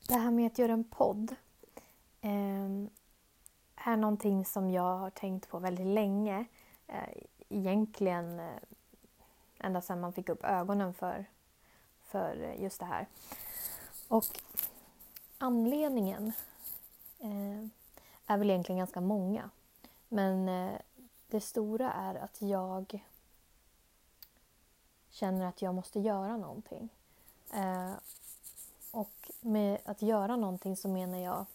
Det här med att göra en podd är någonting som jag har tänkt på väldigt länge. Egentligen ända sedan man fick upp ögonen för just det här. Och anledningen är väl egentligen ganska många. Men det stora är att jag känner att jag måste göra någonting. Och med att göra någonting så menar jag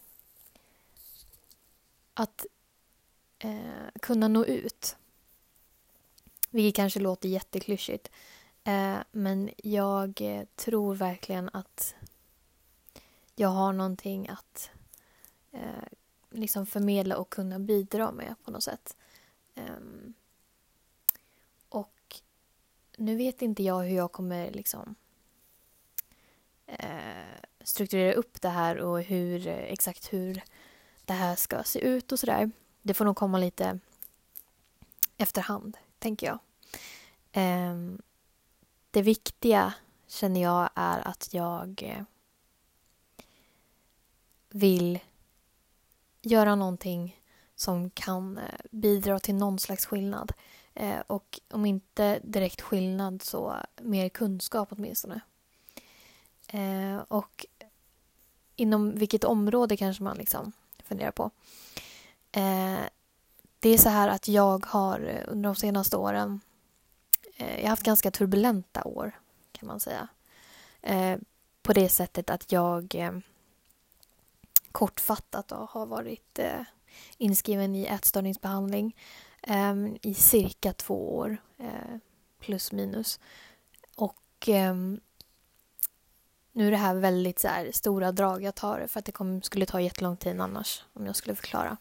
att kunna nå ut. Vilket kanske låter jätteklyschigt. Men jag tror verkligen att jag har någonting att liksom förmedla och kunna bidra med på något sätt. Och nu vet inte jag hur jag kommer liksom strukturera upp det här och exakt hur det här ska se ut och sådär. Det får nog komma lite efterhand, tänker jag. Det viktiga känner jag är att jag vill göra någonting som kan bidra till någon slags skillnad. Och om inte direkt skillnad så mer kunskap åtminstone. Och inom vilket område kanske man liksom funderar på. Det är så här att jag har under de senaste åren jag har haft ganska turbulenta år kan man säga. På det sättet att jag kortfattat har varit inskriven i ätstörningsbehandling i cirka 2 år plus minus. Och nu är det här väldigt så här, stora drag jag tar för att det skulle ta jättelång tid annars om jag skulle förklara.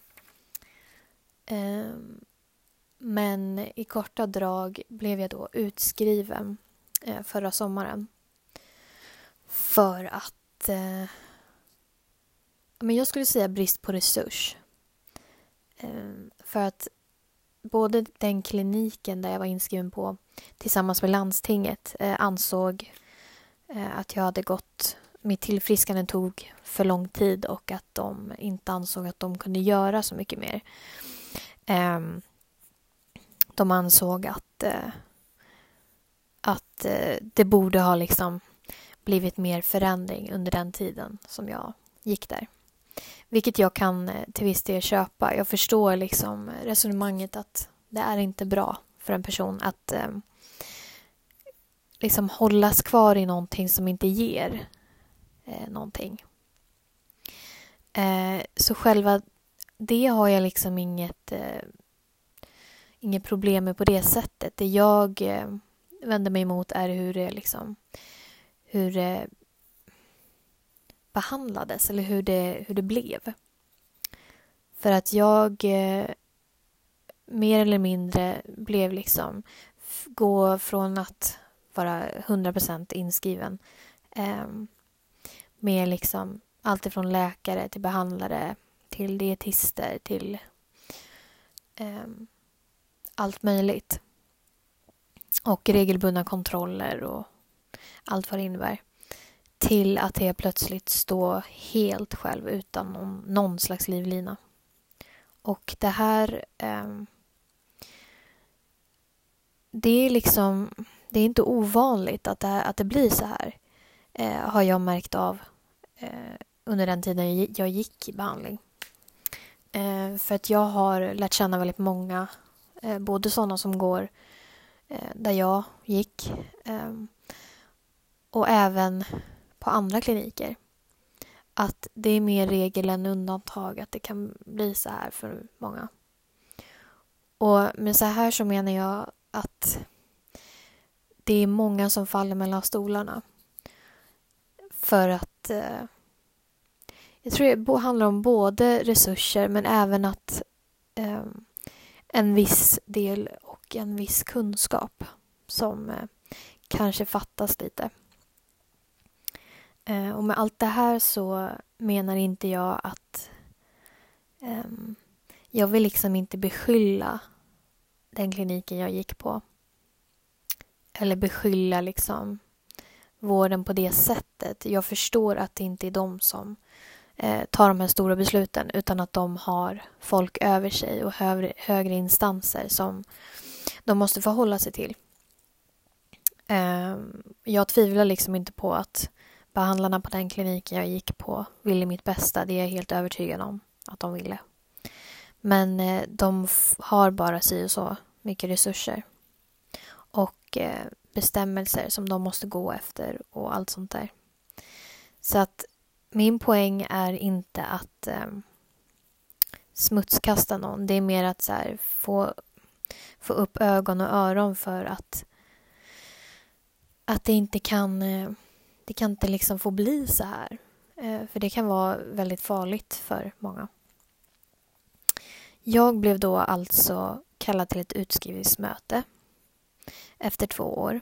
Men i korta drag blev jag då utskriven förra sommaren. För att men jag skulle säga brist på resurs. För att både den kliniken där jag var inskriven på tillsammans med landstinget ansåg att jag hade mitt tillfriskande tog för lång tid och att de inte ansåg att de kunde göra så mycket mer. De ansåg att det borde ha liksom blivit mer förändring under den tiden som jag gick där. Vilket jag kan till viss del köpa. Jag förstår liksom resonemanget att det är inte bra för en person att liksom hållas kvar i någonting som inte ger någonting. Så själva det har jag liksom inget problem med på det sättet. Det jag vänder mig emot är hur det behandlades eller hur det blev. För att jag mer eller mindre blev liksom gå från att vara 100% inskriven med liksom allt ifrån läkare till behandlare till dietister till allt möjligt. Och regelbundna kontroller och allt vad det innebär. Till att helt plötsligt stå helt själv utan någon slags livlina. Och det här det är inte ovanligt att det blir så här. Har jag märkt av under den tiden jag gick i behandling. För att jag har lärt känna väldigt många, både sådana som går där jag gick och även på andra kliniker. Att det är mer regel än undantag att det kan bli så här för många. Och med så här så menar jag att det är många som faller mellan stolarna. För att jag tror det handlar om både resurser men även att en viss del och en viss kunskap som kanske fattas lite. Och med allt det här så menar inte jag att jag vill liksom inte beskylla den kliniken jag gick på. Eller beskylla liksom vården på det sättet. Jag förstår att det inte är de som tar de här stora besluten, utan att de har folk över sig och högre instanser som de måste förhålla sig till. Jag tvivlar liksom inte på att behandlarna på den kliniken jag gick på ville mitt bästa. Det är jag helt övertygad om att de ville. Men de har bara si och så mycket resurser och bestämmelser som de måste gå efter och allt sånt där. Så att min poäng är inte att smutskasta någon. Det är mer att så här, få upp ögon och öron för att det inte kan liksom få bli så här. För det kan vara väldigt farligt för många. Jag blev då alltså kallad till ett utskrivningsmöte efter 2 år.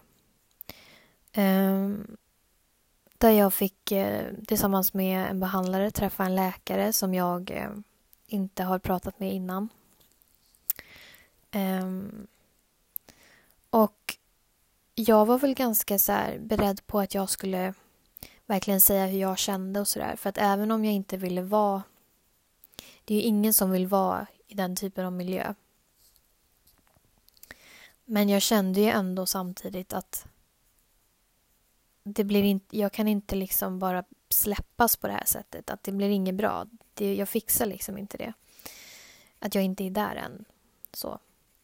Där jag fick tillsammans med en behandlare träffa en läkare som jag inte har pratat med innan. Och jag var väl ganska så här beredd på att jag skulle verkligen säga hur jag kände och sådär. För att även om jag inte ville vara... Det är ju ingen som vill vara i den typen av miljö. Men jag kände ju ändå samtidigt att jag kan inte liksom bara släppas på det här sättet. Att det blir inget bra. Jag fixar liksom inte det. Att jag inte är där än. Så.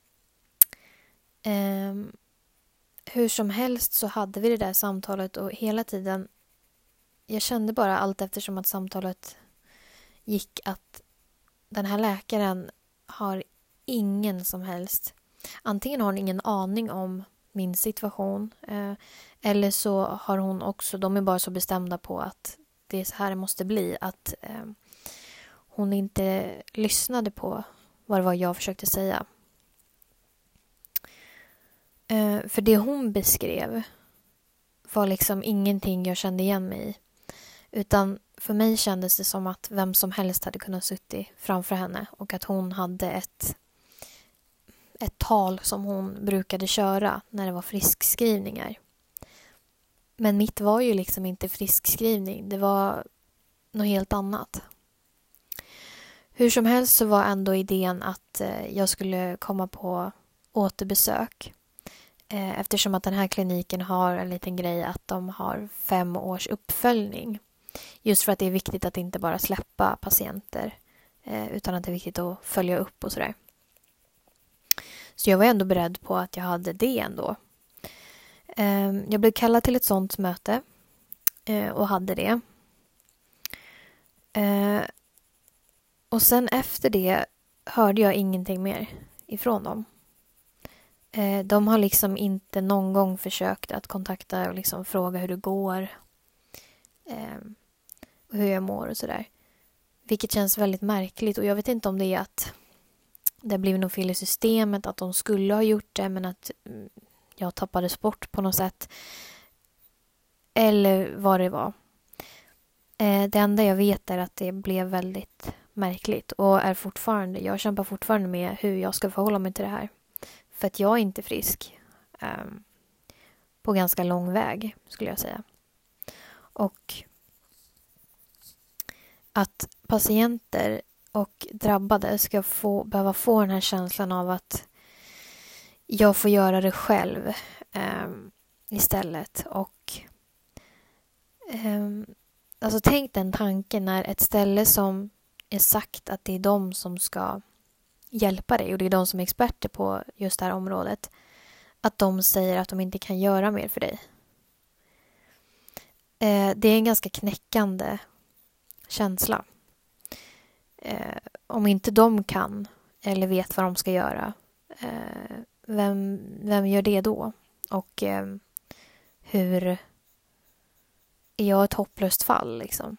Hur som helst så hade vi det där samtalet och hela tiden jag kände bara allt eftersom att samtalet gick att den här läkaren har ingen som helst. Antingen har hon ingen aning om min situation eller så har hon också, de är bara så bestämda på att det är så här det måste bli, att hon inte lyssnade på vad det var jag försökte säga. För det hon beskrev var liksom ingenting jag kände igen mig i. Utan för mig kändes det som att vem som helst hade kunnat sitta framför henne och att hon hade ett tal som hon brukade köra när det var friskskrivningar. Men mitt var ju liksom inte friskskrivning, det var något helt annat. Hur som helst så var ändå idén att jag skulle komma på återbesök. Eftersom att den här kliniken har en liten grej att de har 5 års uppföljning. Just för att det är viktigt att inte bara släppa patienter utan att det är viktigt att följa upp och sådär. Så jag var ändå beredd på att jag hade det ändå. Jag blev kallad till ett sånt möte och hade det. Och sen efter det hörde jag ingenting mer ifrån dem. De har liksom inte någon gång försökt att kontakta och liksom fråga hur det går. Och hur jag mår och sådär. Vilket känns väldigt märkligt. Och jag vet inte om det är att det blivit något fel i systemet. Att de skulle ha gjort det men att jag tappades bort på något sätt. Eller vad det var. Det enda jag vet är att det blev väldigt märkligt. Och jag kämpar fortfarande med hur jag ska förhålla mig till det här. För att jag är inte frisk. På ganska lång väg skulle jag säga. Och att patienter och drabbade ska behöva få den här känslan av att jag får göra det själv istället. Och alltså tänk den tanken när ett ställe som är sagt att det är de som ska hjälpa dig och det är de som är experter på just det här området, att de säger att de inte kan göra mer för dig. Det är en ganska knäckande känsla. Om inte de kan eller vet vad de ska göra, vem gör det då? Och hur är jag ett hopplöst fall liksom?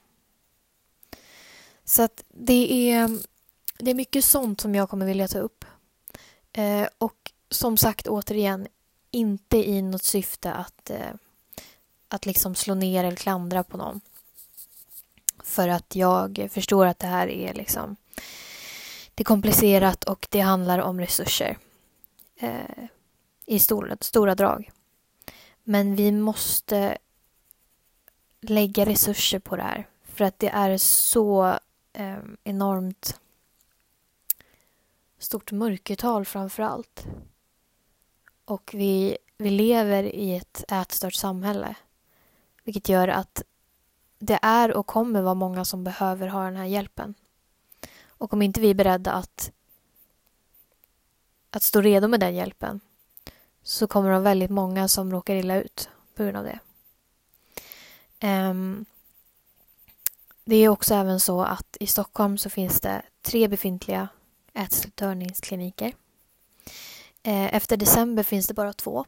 Så att det är mycket sånt som jag kommer vilja ta upp. Och som sagt återigen, inte i något syfte att liksom slå ner eller klandra på någon. För att jag förstår att det här är liksom det är komplicerat och det handlar om resurser i stora drag. Men vi måste lägga resurser på det här. För att det är så enormt stort mörkertal framför allt. Och vi lever i ett ätstört samhälle. Vilket gör att det är och kommer vara många som behöver ha den här hjälpen. Och om inte vi är beredda att stå redo med den hjälpen, så kommer det väldigt många som råkar illa ut på grund av det. Det är också även så att i Stockholm så finns det 3 befintliga ätstörningskliniker. Efter december finns det bara 2.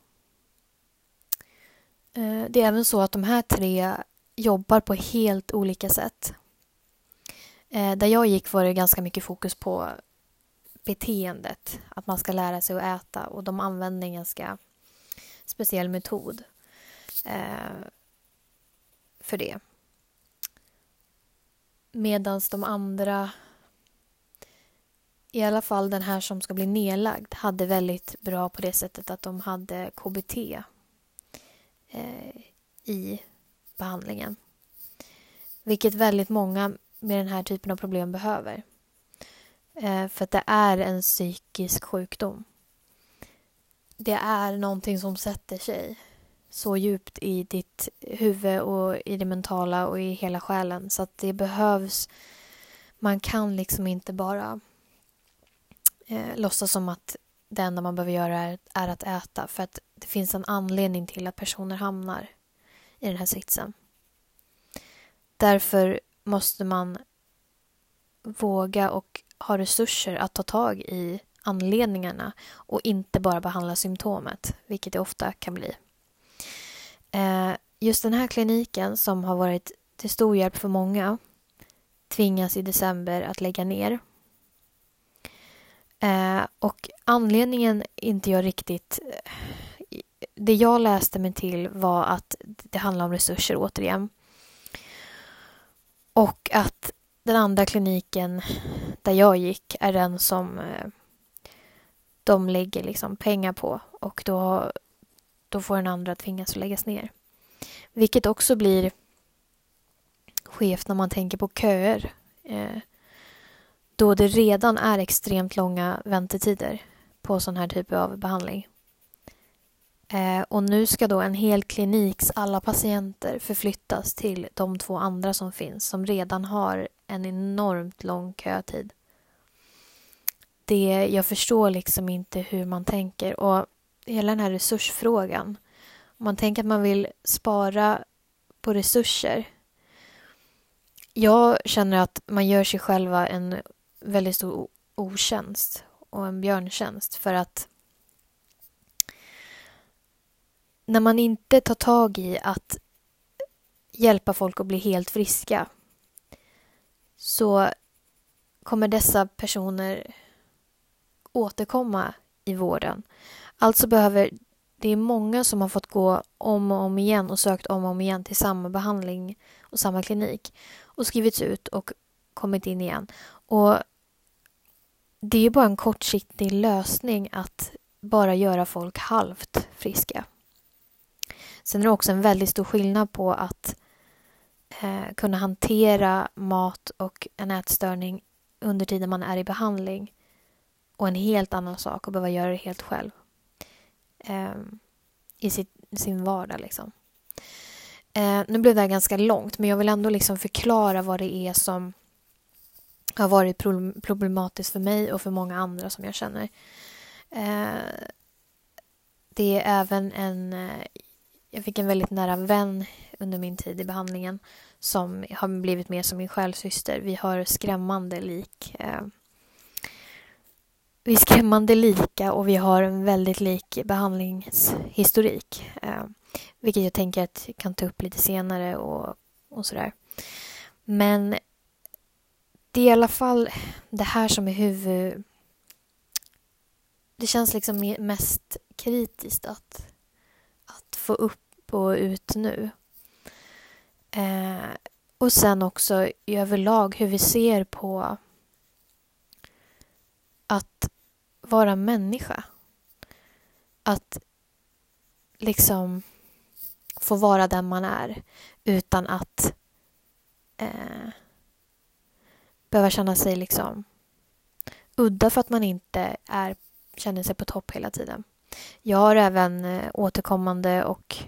Det är även så att de här 3 jobbar på helt olika sätt. Där jag gick var det ganska mycket fokus på beteendet. Att man ska lära sig att äta, och de använder en ganska speciell metod för det. Medan de andra, i alla fall den här som ska bli nedlagd, hade väldigt bra på det sättet att de hade KBT i behandlingen. Vilket väldigt många med den här typen av problem behöver. För att det är en psykisk sjukdom. Det är någonting som sätter sig så djupt i ditt huvud och i det mentala och i hela själen. Så att det behövs, man kan liksom inte bara låtsas som att det enda man behöver göra är att äta. För att det finns en anledning till att personer hamnar i den här sitsen. Därför måste man våga och ha resurser att ta tag i anledningarna och inte bara behandla symptomet, vilket det ofta kan bli. Just den här kliniken, som har varit till stor hjälp för många, tvingas i december att lägga ner. Och anledningen inte jag riktigt... Det jag läste mig till var att det handlar om resurser återigen. Och att den andra kliniken där jag gick är den som de lägger liksom pengar på. Och då får den andra tvingas att läggas ner. Vilket också blir skevt när man tänker på köer. Då det redan är extremt långa väntetider på sån här typ av behandling. Och nu ska då en hel kliniks alla patienter förflyttas till de 2 andra som finns, som redan har en enormt lång kötid. Jag förstår liksom inte hur man tänker. Och hela den här resursfrågan. Om man tänker att man vill spara på resurser. Jag känner att man gör sig själva en väldigt stor otjänst och en björntjänst. För att när man inte tar tag i att hjälpa folk att bli helt friska, så kommer dessa personer återkomma i vården. Alltså det är många som har fått gå om och om igen och sökt om och om igen till samma behandling och samma klinik och skrivits ut och kommit in igen. Och det är ju bara en kortsiktig lösning att bara göra folk halvt friska. Sen är det också en väldigt stor skillnad på att kunna hantera mat och en ätstörning under tiden man är i behandling, och en helt annan sak att behöva göra det helt själv i sin vardag liksom. Nu blev det här ganska långt, men jag vill ändå liksom förklara vad det är som har varit problematiskt för mig och för många andra som jag känner. Det är även jag fick en väldigt nära vän under min tid i behandlingen som har blivit mer som min själssyster. Vi har skrämmande vi är skrämmande lika, och vi har en väldigt lik behandlingshistorik. Vilket jag tänker att jag kan ta upp lite senare och sådär. Men det är i alla fall det här som är det känns liksom mest kritiskt att få upp och ut nu. Och sen också i överlag hur vi ser på att vara människa. Att liksom få vara den man är utan att behöva känna sig liksom udda för att man inte känner sig på topp hela tiden. Jag har även återkommande och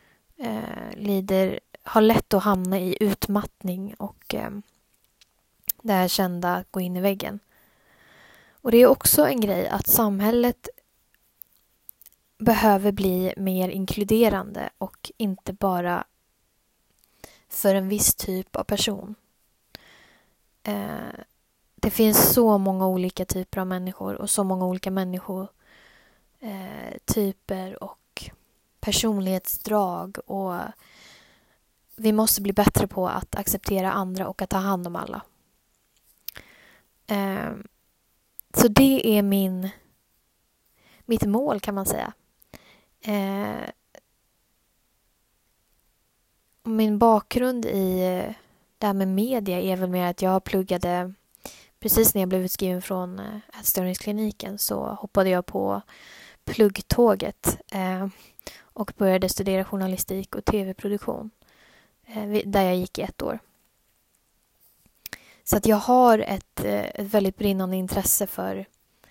har lätt att hamna i utmattning och det här kända att gå in i väggen. Och det är också en grej att samhället behöver bli mer inkluderande och inte bara för en viss typ av person. Det finns så många olika typer av människor och så många olika människotyper och personlighetsdrag, och vi måste bli bättre på att acceptera andra och att ta hand om alla. Så det är mitt mål, kan man säga. Min bakgrund i det här med media är väl mer att jag pluggade precis när jag blev utskriven från ätstörningskliniken, så hoppade jag på pluggtåget och började studera journalistik och tv-produktion där jag gick i 1 år. Så att jag har ett väldigt brinnande intresse för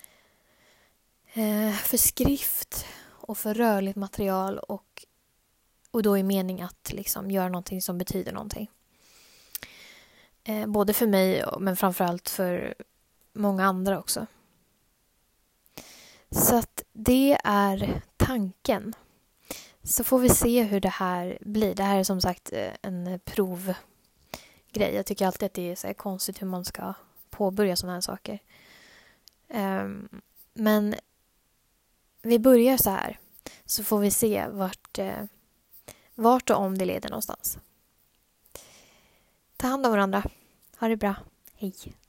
skrift och för rörligt material och då i mening att liksom göra någonting som betyder någonting. Både för mig men framförallt för många andra också. Så att det är tanken. Så får vi se hur det här blir. Det här är som sagt en provgrej. Jag tycker alltid att det är så här konstigt hur man ska påbörja sådana här saker. Men vi börjar så här. Så får vi se vart och om det leder någonstans. Ta hand om varandra. Ha det bra. Hej.